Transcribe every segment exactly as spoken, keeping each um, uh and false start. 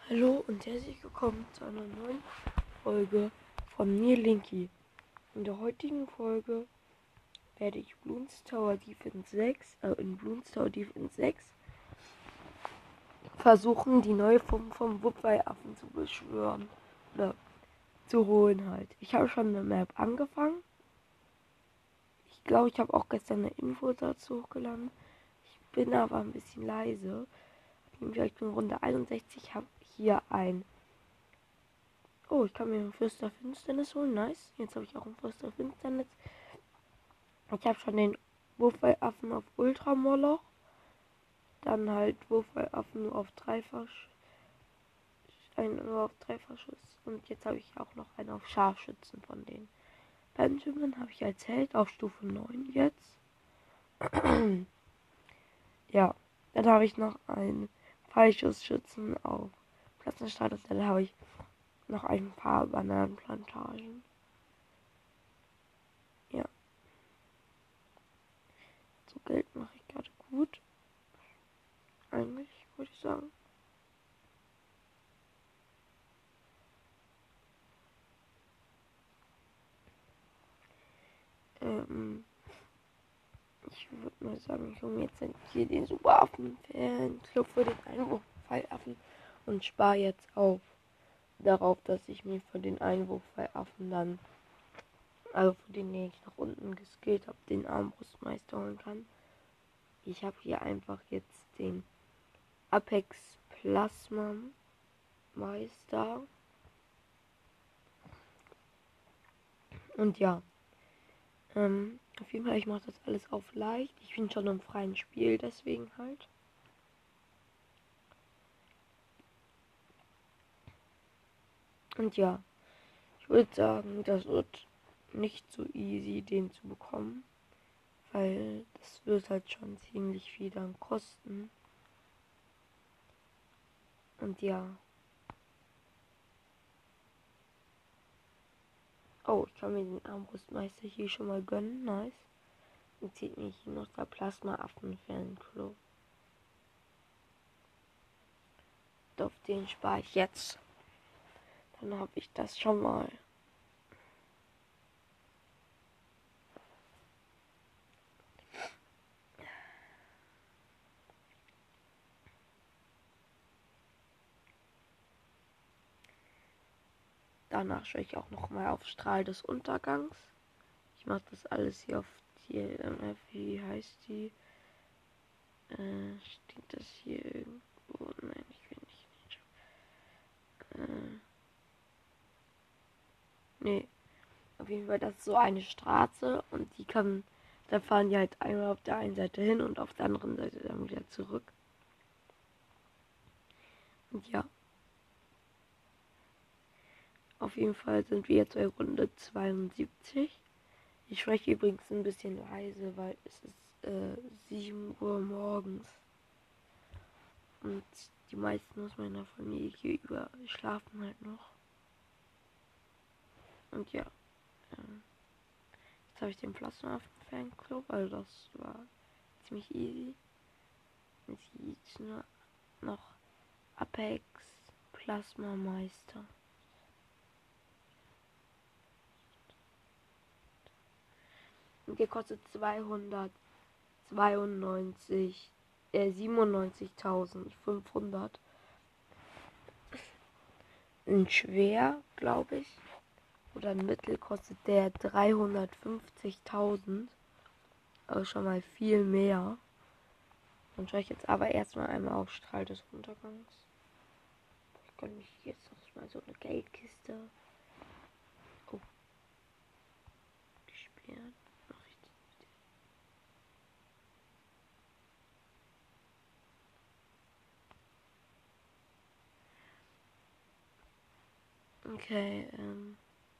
Hallo und herzlich willkommen zu einer neuen Folge von mir, Linky. In der heutigen Folge werde ich Bloons Tower Defense sechs, äh, in Bloons Tower Defense sechs versuchen, die neue Form vom Wupwei-Affen zu beschwören. Oder zu holen halt. Ich habe schon eine Map angefangen. Ich glaube, ich habe auch gestern eine Info dazu hochgeladen. Ich bin aber ein bisschen leise. Ich bin Runde einundsechzig, habe hier ein Oh, ich kann mir einen Fürst der Finsternis holen. Nice. Jetzt habe ich auch einen Fürst der Finsternis. Ich habe schon den Wurfwallaffen auf Ultramoloch. Dann halt Wurfwallaffen nur auf Dreifach. Einen nur auf Dreifachschuss. Und jetzt habe ich auch noch einen auf Scharfschützen von denen. Benjamin habe ich als Held auf Stufe neun jetzt. Ja. Dann habe ich noch einen Pfeilschussschützen auf Platzenstadt. Und dann habe ich noch ein paar Bananenplantagen. Ja. So Geld mache ich gerade gut. Eigentlich, würde ich sagen. Ähm, ich würde mal sagen, ich hole mir jetzt hier den Superaffen-Fanclub für den Einwurffeiaffen und spare jetzt auf darauf, dass ich mir für den Einwurffeiaffen dann, also für den, den ich nach unten geskillt habe, den Armbrustmeister holen kann. Ich habe hier einfach jetzt den Apex Plasma Meister. Und ja, ähm, auf jeden Fall, ich mache das alles auf leicht. Ich bin schon im freien Spiel, deswegen halt. Und ja, ich würde sagen, das wird nicht so easy, den zu bekommen. Weil das wird halt schon ziemlich viel dann kosten. Und ja. Oh, ich kann mir den Armbrustmeister hier schon mal gönnen. Nice. Dann zieht mich hier noch der Plasma-Affen-Fanclub. Auf den spare ich jetzt. Dann habe ich das schon mal. Danach schaue ich auch noch mal auf Strahl des Untergangs. Ich mache das alles hier auf T L M F. Wie heißt die? Äh, steht das hier irgendwo? Nein, ich will nicht. Äh, nee. Auf jeden Fall, das ist so eine Straße und die kann, da fahren die halt einmal auf der einen Seite hin und auf der anderen Seite dann wieder zurück. Und ja. Auf jeden Fall sind wir jetzt bei Runde zweiundsiebzig. Ich spreche übrigens ein bisschen leise, weil es ist äh, sieben Uhr morgens. Und die meisten aus meiner Familie hier über schlafen halt noch. Und ja. Ähm, jetzt habe ich den Plasma-Fanclub, also das war ziemlich easy. Jetzt nur noch Apex Plasma Meister. Und der kostet zweihundertzweiundneunzig, äh, siebenundneunzigtausendfünfhundert. Ein schwer, glaube ich. Oder ein mittel kostet der dreihundertfünfzigtausend. Also schon mal viel mehr. Dann schaue ich jetzt aber erstmal einmal auf Strahl des Untergangs. Ich kann mich jetzt noch mal so eine Geldkiste. Oh. Gesperrt. Okay, ähm.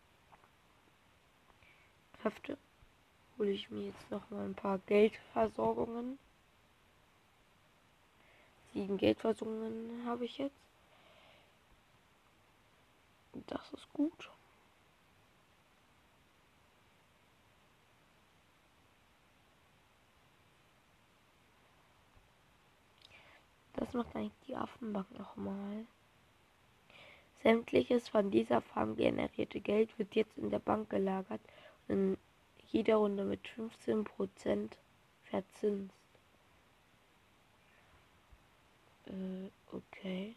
Hälfte hole ich mir jetzt noch mal ein paar Geldversorgungen. Sieben Geldversorgungen habe ich jetzt. Das ist gut. Das macht eigentlich die Affenbank nochmal. Sämtliches von dieser Farm generierte Geld wird jetzt in der Bank gelagert und in jeder Runde mit fünfzehn Prozent verzinst. Äh, okay.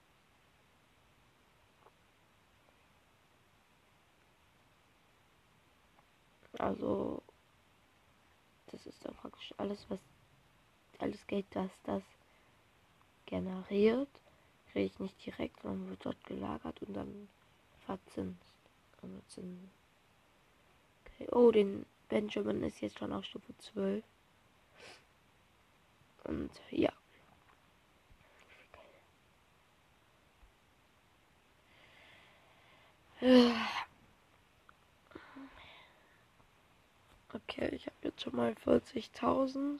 Also, das ist dann praktisch alles, was, alles Geld, das das generiert, kriege ich nicht direkt, sondern wird dort gelagert und dann verzinst. Also Zinsen. Okay. Oh, den Benjamin ist jetzt schon auf Stufe zwölf. Und ja. Okay, ich habe jetzt schon mal vierzigtausend.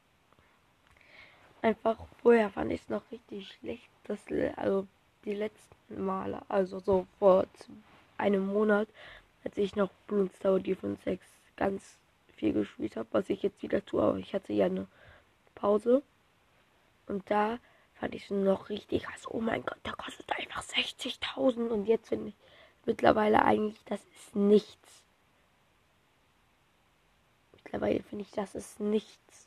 Einfach vorher fand ich es noch richtig schlecht, dass, also die letzten Male, also so vor einem Monat, als ich noch Bloons Tower Defense sechs ganz viel gespielt habe, was ich jetzt wieder tue, aber ich hatte ja eine Pause. Und da fand ich es noch richtig krass. Oh mein Gott, der kostet einfach sechzigtausend. Und jetzt finde ich mittlerweile eigentlich, das ist nichts. Mittlerweile finde ich, das ist nichts.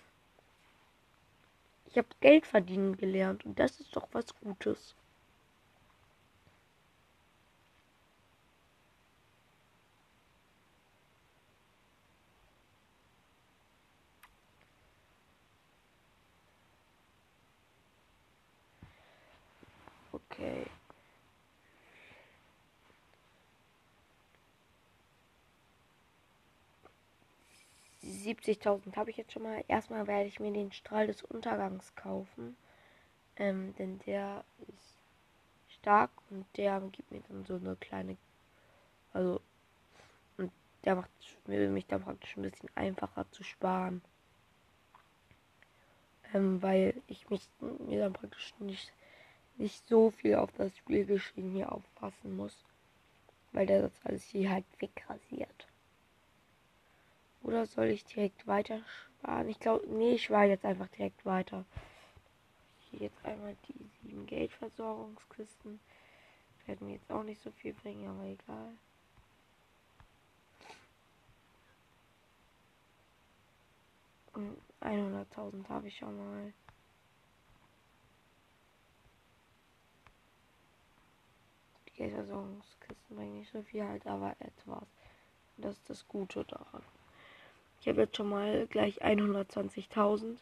Ich habe Geld verdienen gelernt und das ist doch was Gutes. Okay. siebzigtausend habe ich jetzt schon mal. Erstmal werde ich mir den Strahl des Untergangs kaufen. Ähm, denn der ist stark und der gibt mir dann so eine kleine. Also, und der macht mir mich dann praktisch ein bisschen einfacher zu sparen. Ähm, weil ich mich mir dann praktisch nicht, nicht so viel auf das Spielgeschehen hier aufpassen muss. Weil der das alles hier halt wegrasiert. Oder soll ich direkt weiter sparen? Ich glaube, nee, ich spare jetzt einfach direkt weiter. Hier jetzt einmal die sieben Geldversorgungskisten. Werden mir jetzt auch nicht so viel bringen, aber egal. Und hunderttausend habe ich schon mal. Die Geldversorgungskisten bringen nicht so viel halt, aber etwas. Das ist das Gute daran. Ich habe jetzt schon mal gleich hundertzwanzigtausend.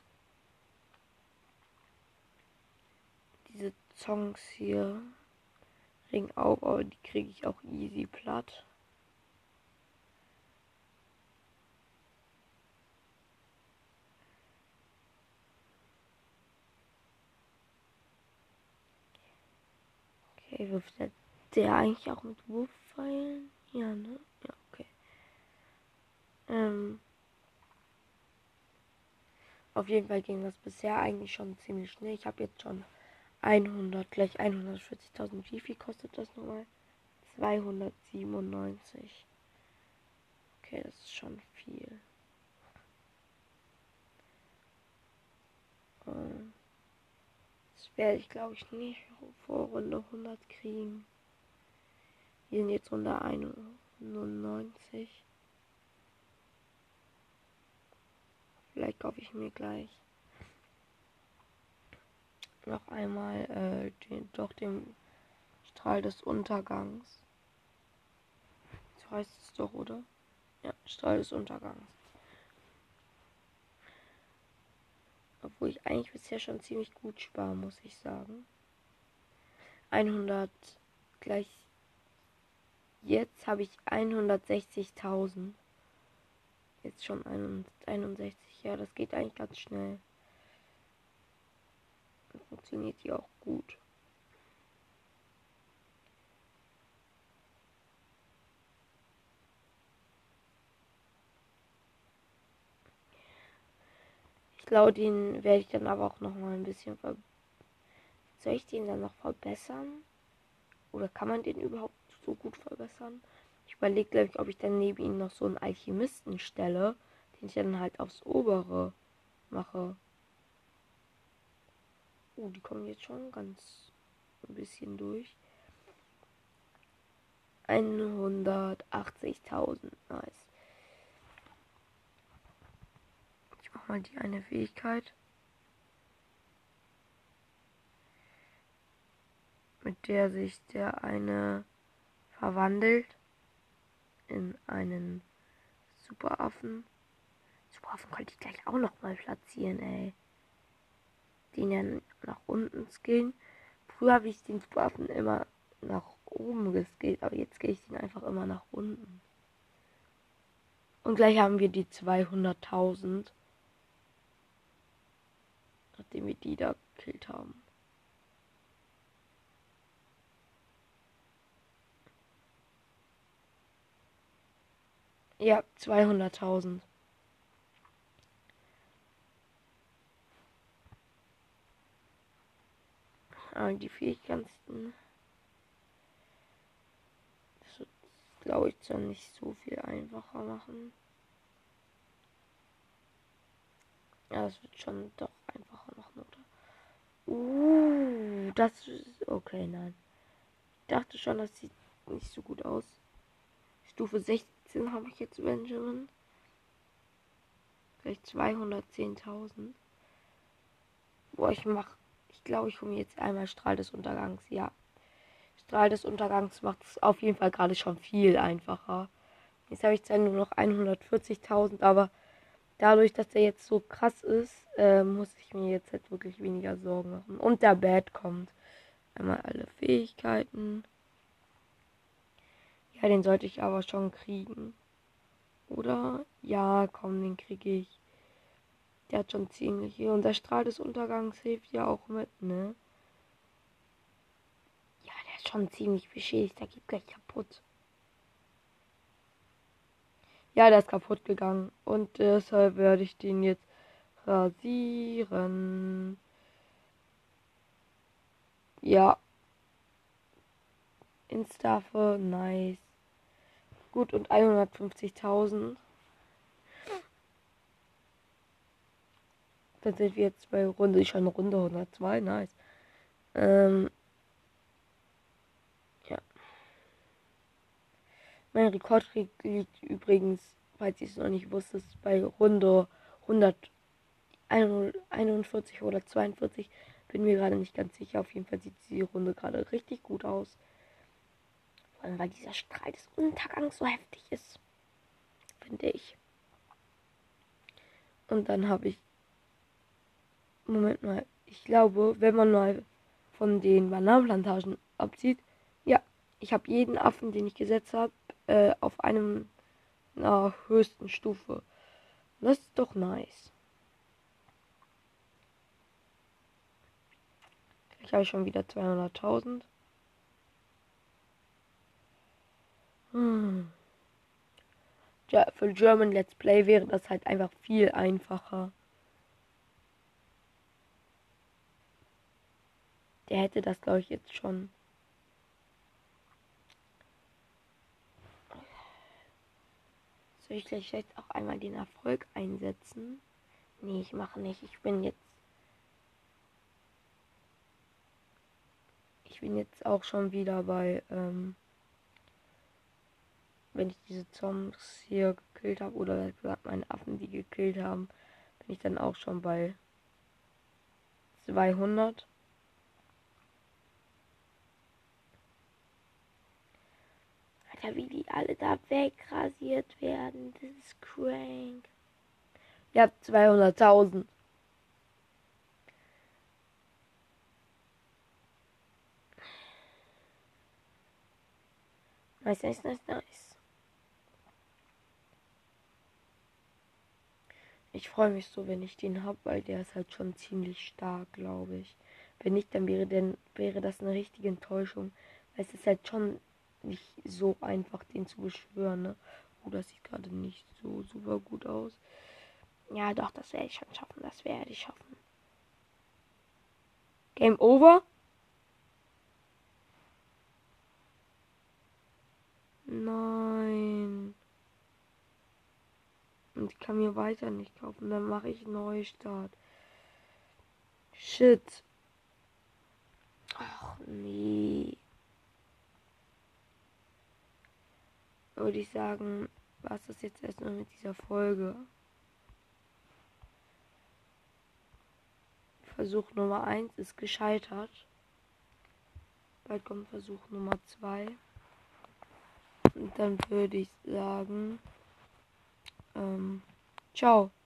Diese Songs hier ringen auch, aber die kriege ich auch easy platt. Okay, wirft der, der eigentlich auch mit Wurfpfeilen? Ja, ne? Ja, okay. Ähm, auf jeden Fall ging das bisher eigentlich schon ziemlich schnell. Ich habe jetzt schon hundert, gleich hundertvierzigtausend. Wie viel kostet das nochmal? zweihundertsiebenundneunzig. Okay, das ist schon viel. Ähm, das werde ich, glaube ich, nicht vor Runde hundert kriegen. Wir sind jetzt Runde einundneunzig. Vielleicht kaufe ich mir gleich noch einmal äh, den, doch den Strahl des Untergangs. So heißt es doch, oder? Ja, Strahl des Untergangs. Obwohl ich eigentlich bisher schon ziemlich gut spare, muss ich sagen. hundert gleich. Jetzt habe ich hundertsechzigtausend. Jetzt schon einundsechzig. Ja, das geht eigentlich ganz schnell. Dann funktioniert die auch gut. Ich glaube, den werde ich dann aber auch noch mal ein bisschen ver... Soll ich den dann noch verbessern? Oder kann man den überhaupt so gut verbessern? Ich überlege, glaube ich, ob ich dann neben ihm noch so einen Alchemisten stelle, den ich dann halt aufs obere mache. Oh, die kommen jetzt schon ganz ein bisschen durch. hundertachtzigtausend. Nice. Ich mach mal die eine Fähigkeit, mit der sich der eine verwandelt in einen Superaffen. Superaffen könnte ich gleich auch noch mal platzieren, ey. Den ja nach unten skillen. Früher habe ich den Superaffen immer nach oben geskillt, aber jetzt gehe ich den einfach immer nach unten. Und gleich haben wir die zweihunderttausend. Nachdem wir die da gekillt haben. Ja, zweihunderttausend. Aber die Fähigkeiten. Das wird, glaube ich, dann nicht so viel einfacher machen. Ja, das wird schon doch einfacher machen, oder? Uh, das ist. Okay, nein. Ich dachte schon, das sieht nicht so gut aus. Stufe sechzehn habe ich jetzt Benjamin. Gleich zweihundertzehntausend. Boah, ich mach. Ich glaube, ich hole mir jetzt einmal Strahl des Untergangs. Ja. Strahl des Untergangs macht es auf jeden Fall gerade schon viel einfacher. Jetzt habe ich zwar nur noch hundertvierzigtausend, aber dadurch, dass der jetzt so krass ist, äh, muss ich mir jetzt halt wirklich weniger Sorgen machen. Und der Bad kommt. Einmal alle Fähigkeiten. Ja, den sollte ich aber schon kriegen. Oder? Ja, komm, den kriege ich. Der hat schon ziemlich viel. Und der Strahl des Untergangs hilft ja auch mit, ne? Ja, der ist schon ziemlich beschädigt. Der geht gleich kaputt. Ja, der ist kaputt gegangen. Und deshalb werde ich den jetzt rasieren. Ja. Instafe, nice. Gut, und hundertfünfzigtausend. Dann sind wir jetzt bei Runde, schon Runde hundertzwei, nice. Ähm, ja. Mein Rekord liegt übrigens, falls ich es noch nicht wusste, bei Runde hunderteinundvierzig oder zweiundvierzig. Bin mir gerade nicht ganz sicher. Auf jeden Fall sieht die Runde gerade richtig gut aus. Vor allem, weil dieser Strahl des Untergangs so heftig ist. Finde ich. Und dann habe ich. Moment mal. Ich glaube, wenn man mal von den Bananenplantagen abzieht. Ja, ich habe jeden Affen, den ich gesetzt habe, äh, auf einem einer höchsten Stufe. Das ist doch nice. Ich habe schon wieder zweihunderttausend. Hm. Ja, für German Let's Play wäre das halt einfach viel einfacher. Der hätte das, glaube ich, jetzt schon. Soll ich gleich jetzt auch einmal den Erfolg einsetzen? Nee, ich mache nicht. Ich bin jetzt. Ich bin jetzt auch schon wieder bei. Ähm, wenn ich diese Zombies hier gekillt habe, oder gesagt meine Affen, die gekillt haben, bin ich dann auch schon bei zweihundert. Alter, wie die alle da wegrasiert werden. Das ist crank. Ihr habt zweihunderttausend. Nice, nice, nice, nice. Ich freue mich so, wenn ich den habe, weil der ist halt schon ziemlich stark, glaube ich. Wenn nicht, dann wäre, denn, wäre das eine richtige Enttäuschung. Weil es ist halt schon nicht so einfach, den zu beschwören, ne? Oh, das sieht gerade nicht so super gut aus. Ja, doch, das werde ich schon schaffen. Das werde ich schaffen. Game over? Nein. Und ich kann mir weiter nicht kaufen. Dann mache ich Neustart. Shit. Ach nee. würde ich sagen, war es das jetzt erstmal mit dieser Folge. Versuch Nummer eins ist gescheitert. Bald kommt Versuch Nummer zwei. Und dann würde ich sagen, ähm, ciao.